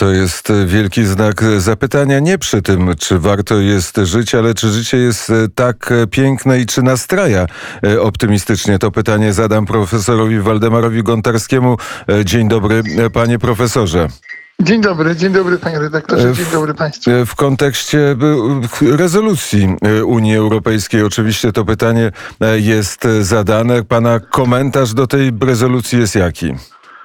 To jest wielki znak zapytania nie przy tym, czy warto jest żyć, ale czy życie jest tak piękne i czy nastraja optymistycznie. To pytanie zadam profesorowi Waldemarowi Gontarskiemu. Dzień dobry, panie profesorze. Dzień dobry panie redaktorze, dzień dobry państwu. W kontekście rezolucji Unii Europejskiej oczywiście to pytanie jest zadane. Pana komentarz do tej rezolucji jest jaki?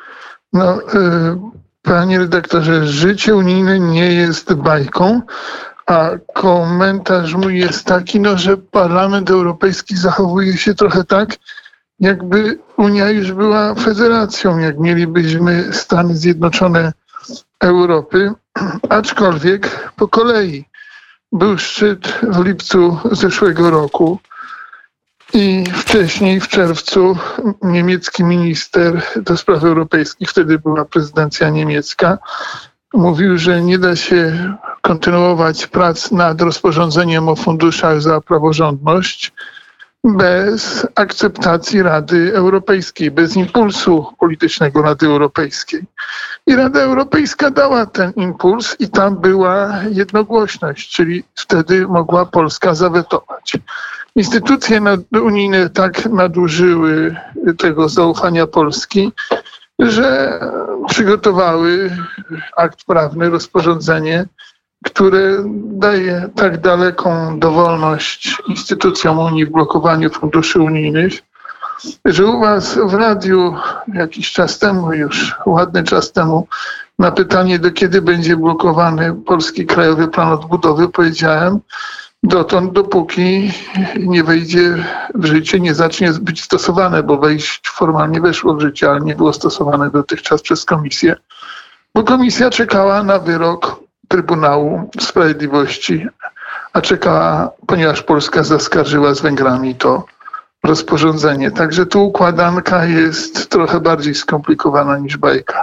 Panie redaktorze, życie unijne nie jest bajką, a komentarz mój jest taki, że Parlament Europejski zachowuje się trochę tak, jakby Unia już była federacją, jak mielibyśmy Stany Zjednoczone Europy, aczkolwiek po kolei. Był szczyt w lipcu zeszłego roku i wcześniej w czerwcu niemiecki minister do spraw europejskich, wtedy była prezydencja niemiecka, mówił, że nie da się kontynuować prac nad rozporządzeniem o funduszach za praworządność bez akceptacji Rady Europejskiej, bez impulsu politycznego Rady Europejskiej. I Rada Europejska dała ten impuls i tam była jednogłośność, czyli wtedy mogła Polska zawetować. Instytucje unijne tak nadużyły tego zaufania Polski, że przygotowały akt prawny, rozporządzenie, które daje tak daleką dowolność instytucjom Unii w blokowaniu funduszy unijnych, że u was w radiu jakiś czas temu, już ładny czas temu, na pytanie, do kiedy będzie blokowany Polski Krajowy Plan Odbudowy, powiedziałem, dotąd, dopóki nie wejdzie w życie, nie zacznie być stosowane, bo formalnie weszło w życie, ale nie było stosowane dotychczas przez Komisję, bo Komisja czekała na wyrok Trybunału Sprawiedliwości, a czekała, ponieważ Polska zaskarżyła z Węgrami to rozporządzenie. Także tu układanka jest trochę bardziej skomplikowana niż bajka.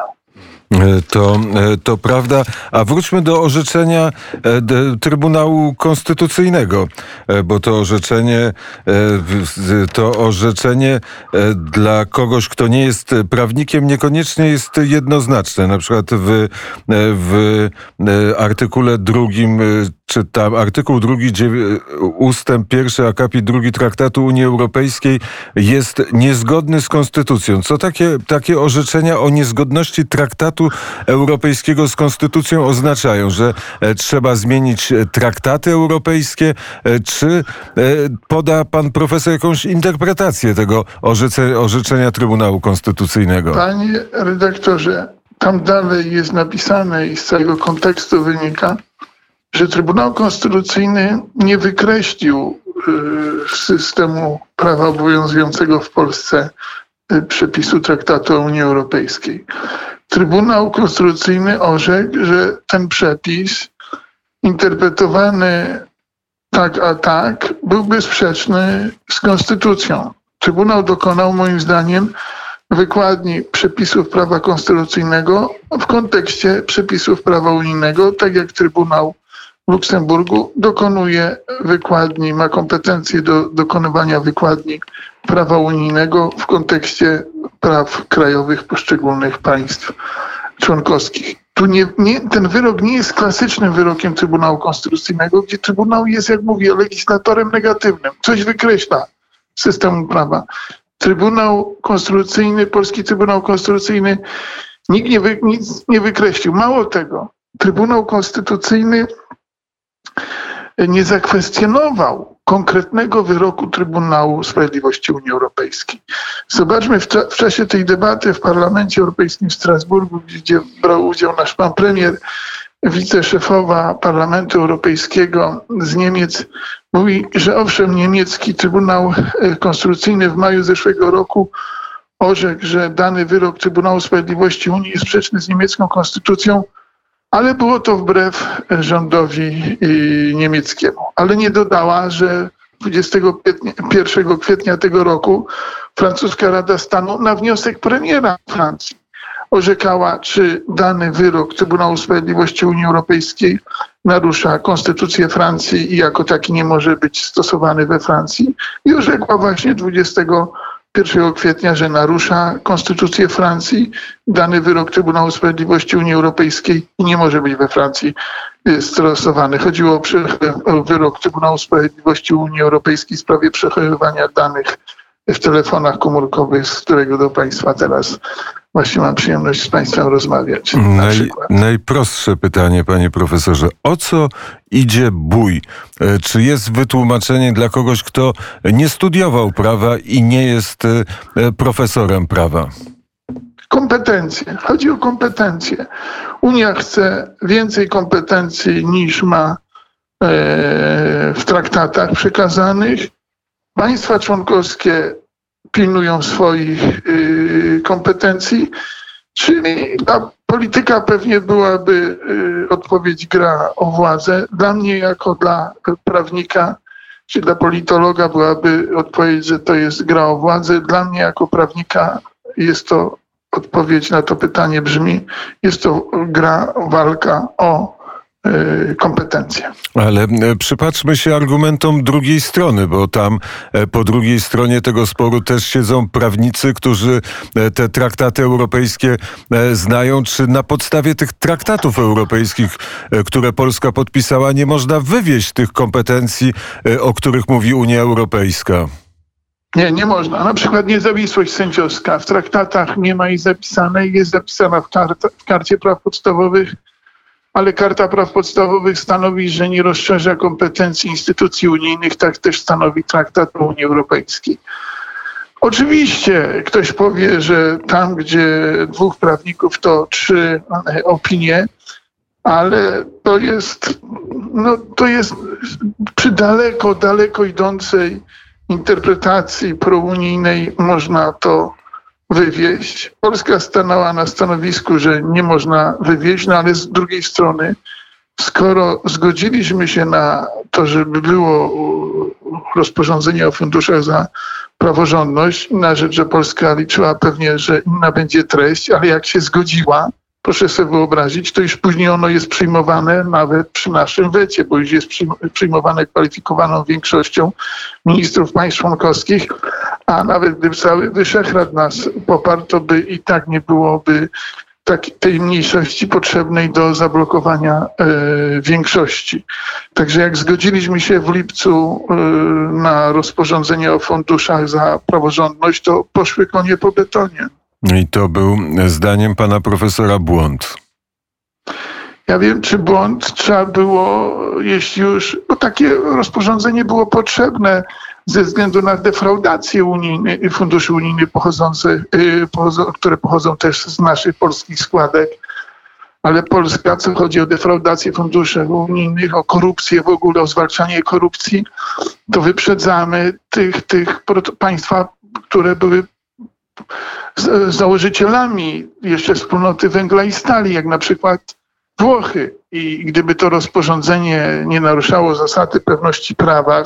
To prawda. A wróćmy do orzeczenia Trybunału Konstytucyjnego, bo to orzeczenie dla kogoś, kto nie jest prawnikiem, niekoniecznie jest jednoznaczne. Na przykład w artykule 2, czytam, artykuł 2, ustęp 1, akapit 2 Traktatu Unii Europejskiej jest niezgodny z konstytucją. Co takie orzeczenia o niezgodności Traktatu Europejskiego z konstytucją oznaczają? Że trzeba zmienić traktaty europejskie? Czy poda pan profesor jakąś interpretację tego orzeczenia Trybunału Konstytucyjnego? Panie redaktorze, tam dalej jest napisane i z całego kontekstu wynika, że Trybunał Konstytucyjny nie wykreślił systemu prawa obowiązującego w Polsce przepisu Traktatu o Unii Europejskiej. Trybunał Konstytucyjny orzekł, że ten przepis interpretowany tak a tak byłby sprzeczny z konstytucją. Trybunał dokonał moim zdaniem wykładni przepisów prawa konstytucyjnego w kontekście przepisów prawa unijnego, tak jak Trybunał w Luksemburgu dokonuje wykładni, ma kompetencje do dokonywania wykładni prawa unijnego w kontekście praw krajowych poszczególnych państw członkowskich. Ten wyrok nie jest klasycznym wyrokiem Trybunału Konstytucyjnego, gdzie Trybunał jest, jak mówię, legislatorem negatywnym. Coś wykreśla z systemu prawa. Trybunał Konstytucyjny, Polski Trybunał Konstytucyjny nic nie wykreślił. Mało tego, Trybunał Konstytucyjny nie zakwestionował konkretnego wyroku Trybunału Sprawiedliwości Unii Europejskiej. Zobaczmy w czasie tej debaty w Parlamencie Europejskim w Strasburgu, gdzie brał udział nasz pan premier, wiceszefowa Parlamentu Europejskiego z Niemiec, mówi, że owszem, niemiecki Trybunał Konstytucyjny w maju zeszłego roku orzekł, że dany wyrok Trybunału Sprawiedliwości Unii jest sprzeczny z niemiecką konstytucją, ale było to wbrew rządowi niemieckiemu. Ale nie dodała, że 21 kwietnia tego roku francuska Rada Stanu na wniosek premiera Francji orzekała, czy dany wyrok Trybunału Sprawiedliwości Unii Europejskiej narusza konstytucję Francji i jako taki nie może być stosowany we Francji. I orzekła właśnie 21 1 kwietnia, że narusza konstytucję Francji, dany wyrok Trybunału Sprawiedliwości Unii Europejskiej i nie może być we Francji stosowany. Chodziło o wyrok Trybunału Sprawiedliwości Unii Europejskiej w sprawie przechowywania danych w telefonach komórkowych, z którego do Państwa teraz właśnie mam przyjemność z Państwem rozmawiać. Najprostsze pytanie, panie profesorze. O co idzie bój? Czy jest wytłumaczenie dla kogoś, kto nie studiował prawa i nie jest profesorem prawa? Kompetencje. Chodzi o kompetencje. Unia chce więcej kompetencji niż ma w traktatach przekazanych. Państwa członkowskie pilnują swoich kompetencji, czyli ta polityka pewnie byłaby odpowiedź gra o władzę. Dla mnie jako dla prawnika czy dla politologa byłaby odpowiedź, że to jest gra o władzę. Dla mnie jako prawnika jest to odpowiedź na to pytanie brzmi, jest to gra, walka o kompetencje. Ale przypatrzmy się argumentom drugiej strony, bo tam po drugiej stronie tego sporu też siedzą prawnicy, którzy te traktaty europejskie znają. Czy na podstawie tych traktatów europejskich, które Polska podpisała, nie można wywieźć tych kompetencji, o których mówi Unia Europejska? Nie można. Na przykład niezawisłość sędziowska w traktatach nie ma jej zapisanej, jest zapisana w Karcie Praw Podstawowych, ale Karta Praw Podstawowych stanowi, że nie rozszerza kompetencji instytucji unijnych, tak też stanowi Traktat o Unii Europejskiej. Oczywiście ktoś powie, że tam, gdzie 2 prawników, to 3 opinie, ale to jest przy daleko idącej interpretacji prounijnej można to wywieźć. Polska stanęła na stanowisku, że nie można wywieźć, no ale z drugiej strony, skoro zgodziliśmy się na to, żeby było rozporządzenie o funduszach za praworządność, na rzecz, że Polska liczyła pewnie, że inna będzie treść, ale jak się zgodziła, proszę sobie wyobrazić, to już później ono jest przyjmowane nawet przy naszym wecie, bo już jest przyjmowane kwalifikowaną większością ministrów państw członkowskich, a nawet gdyby cały Wyszehrad nas poparł, to by i tak nie byłoby tej mniejszości potrzebnej do zablokowania większości. Także jak zgodziliśmy się w lipcu na rozporządzenie o funduszach za praworządność, to poszły konie po betonie. I to był, zdaniem pana profesora, błąd. Ja wiem, czy błąd trzeba było, jeśli już, bo takie rozporządzenie było potrzebne ze względu na defraudacje funduszy unijnych które pochodzą też z naszych polskich składek. Ale Polska, co chodzi o defraudację funduszy unijnych, o korupcję w ogóle, o zwalczanie korupcji, to wyprzedzamy tych państwa, które były założycielami jeszcze wspólnoty węgla i stali, jak na przykład Włochy. I gdyby to rozporządzenie nie naruszało zasady pewności prawa,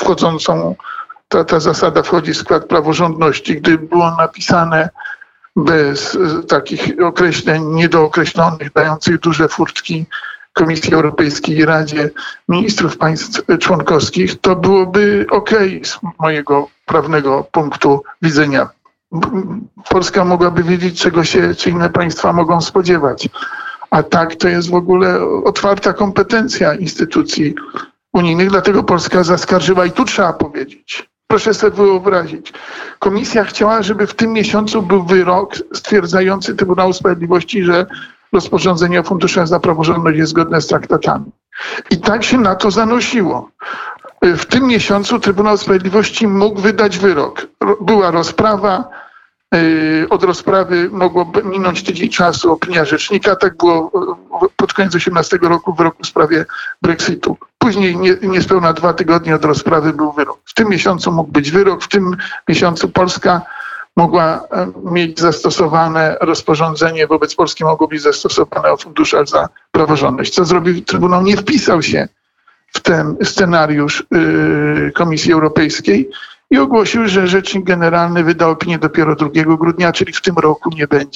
ta zasada wchodzi w skład praworządności, gdyby było napisane bez takich określeń niedookreślonych, dających duże furtki Komisji Europejskiej i Radzie Ministrów państw członkowskich, to byłoby okej z mojego prawnego punktu widzenia. Polska mogłaby wiedzieć, czego się czy inne państwa mogą spodziewać. A tak to jest w ogóle otwarta kompetencja instytucji unijnych, dlatego Polska zaskarżyła i tu trzeba powiedzieć. Proszę sobie wyobrazić. Komisja chciała, żeby w tym miesiącu był wyrok stwierdzający Trybunału Sprawiedliwości, że rozporządzenie o funduszach za praworządność jest zgodne z traktatami. I tak się na to zanosiło. W tym miesiącu Trybunał Sprawiedliwości mógł wydać wyrok. Była rozprawa, od rozprawy mogło minąć tydzień czasu, opinia rzecznika. Tak było pod koniec 2018 roku w wyroku w sprawie Brexitu. Później niespełna 2 tygodnie od rozprawy był wyrok. W tym miesiącu mógł być wyrok, w tym miesiącu Polska mogła mieć zastosowane rozporządzenie, wobec Polski mogło być zastosowane o funduszach za praworządność. Co zrobił Trybunał? Nie wpisał się w ten scenariusz Komisji Europejskiej i ogłosił, że Rzecznik Generalny wyda opinię dopiero 2 grudnia, czyli w tym roku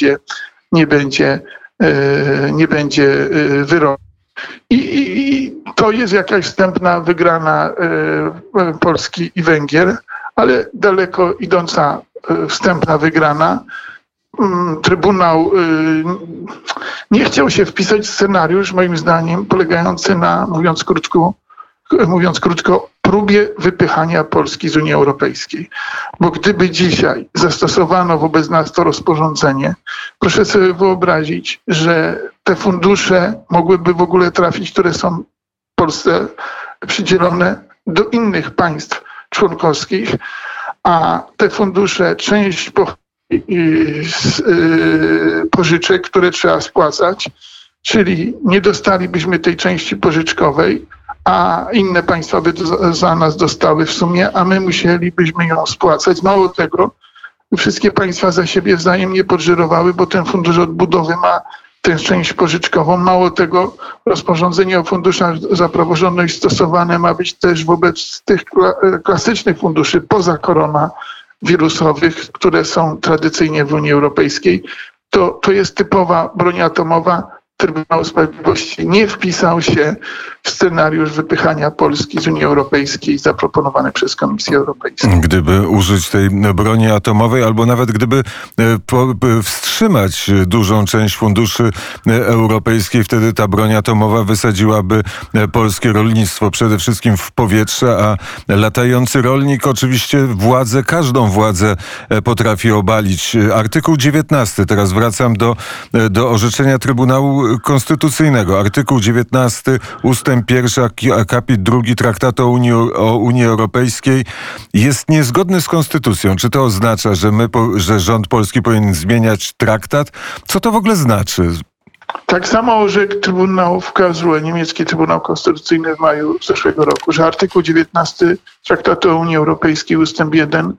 nie będzie wyroku. I to jest jakaś wstępna wygrana Polski i Węgier, ale daleko idąca wstępna wygrana. Trybunał nie chciał się wpisać w scenariusz, moim zdaniem, polegający na, mówiąc krótko, próbie wypychania Polski z Unii Europejskiej. Bo gdyby dzisiaj zastosowano wobec nas to rozporządzenie, proszę sobie wyobrazić, że te fundusze mogłyby w ogóle trafić, które są Polsce przydzielone, do innych państw członkowskich, a te fundusze, część pożyczek, które trzeba spłacać, czyli nie dostalibyśmy tej części pożyczkowej, a inne państwa by za nas dostały w sumie, a my musielibyśmy ją spłacać. Mało tego, wszystkie państwa za siebie wzajemnie podżyrowały, bo ten fundusz odbudowy ma tę część pożyczkową. Mało tego, rozporządzenie o funduszach za praworządność stosowane ma być też wobec tych klasycznych funduszy poza koronawirusowych, które są tradycyjnie w Unii Europejskiej. To jest typowa broń atomowa. Trybunał Sprawiedliwości nie wpisał się w scenariusz wypychania Polski z Unii Europejskiej zaproponowany przez Komisję Europejską. Gdyby użyć tej broni atomowej, albo nawet gdyby wstrzymać dużą część funduszy europejskiej, wtedy ta broń atomowa wysadziłaby polskie rolnictwo przede wszystkim w powietrze, a latający rolnik oczywiście każdą władzę potrafi obalić. Artykuł 19, teraz wracam do orzeczenia Trybunału Konstytucyjnego. Artykuł 19, ustęp 1, akapit 2 Traktatu o Unii Europejskiej jest niezgodny z konstytucją. Czy to oznacza, że rząd polski powinien zmieniać traktat? Co to w ogóle znaczy? Tak samo orzekł Trybunał w Karlsruhe, niemiecki Trybunał Konstytucyjny w maju zeszłego roku, że artykuł 19 Traktatu o Unii Europejskiej ustęp 1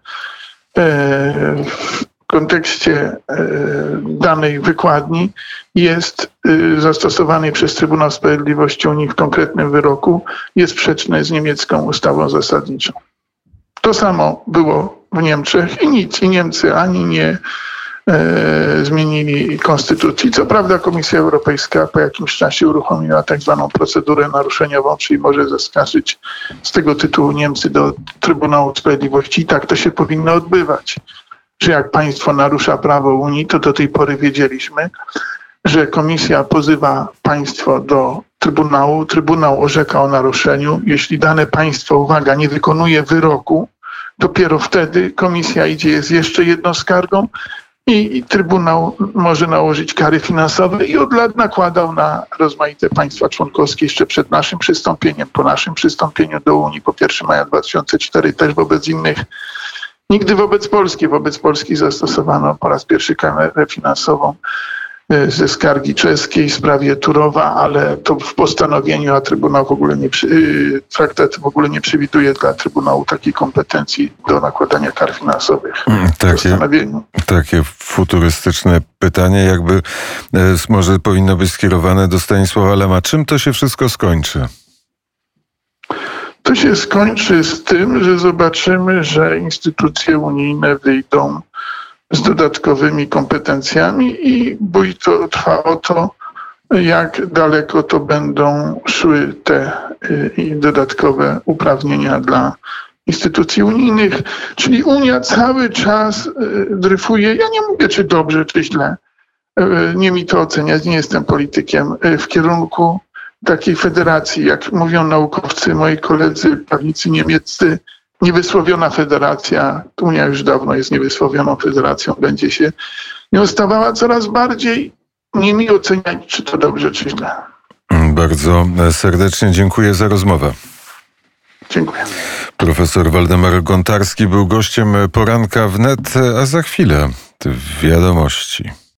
w kontekście danej wykładni jest zastosowany przez Trybunał Sprawiedliwości Unii w konkretnym wyroku, jest sprzeczny z niemiecką ustawą zasadniczą. To samo było w Niemczech i nic, i Niemcy ani nie zmienili konstytucji. Co prawda Komisja Europejska po jakimś czasie uruchomiła tak zwaną procedurę naruszeniową, czyli może zaskarżyć z tego tytułu Niemcy do Trybunału Sprawiedliwości. I tak to się powinno odbywać, że jak państwo narusza prawo Unii, to do tej pory wiedzieliśmy, że Komisja pozywa państwo do Trybunału, Trybunał orzeka o naruszeniu. Jeśli dane państwo, uwaga, nie wykonuje wyroku, dopiero wtedy Komisja idzie z jeszcze jedną skargą i Trybunał może nałożyć kary finansowe i od lat nakładał na rozmaite państwa członkowskie jeszcze przed naszym przystąpieniem, po naszym przystąpieniu do Unii po 1 maja 2004, też wobec innych. Nigdy wobec Polski zastosowano po raz pierwszy karę finansową ze skargi czeskiej w sprawie Turowa, ale to w postanowieniu, a Trybunał traktat w ogóle nie przewiduje dla Trybunału takiej kompetencji do nakładania kar finansowych w postanowieniu. Takie futurystyczne pytanie, jakby może powinno być skierowane do Stanisława Lema. Czym to się wszystko skończy? To się skończy z tym, że zobaczymy, że instytucje unijne wyjdą z dodatkowymi kompetencjami i bój to trwa o to, jak daleko to będą szły te dodatkowe uprawnienia dla instytucji unijnych. Czyli Unia cały czas dryfuje, ja nie mówię czy dobrze, czy źle, nie mi to oceniać, nie jestem politykiem, w kierunku takiej federacji, jak mówią naukowcy, moi koledzy, prawnicy niemieccy, niewysłowiona federacja. Unia już dawno jest niewysłowioną federacją, będzie się nią stawała coraz bardziej. Nie mi oceniać, czy to dobrze, czy źle. Bardzo serdecznie dziękuję za rozmowę. Dziękuję. Profesor Waldemar Gontarski był gościem Poranka Wnet, a za chwilę wiadomości.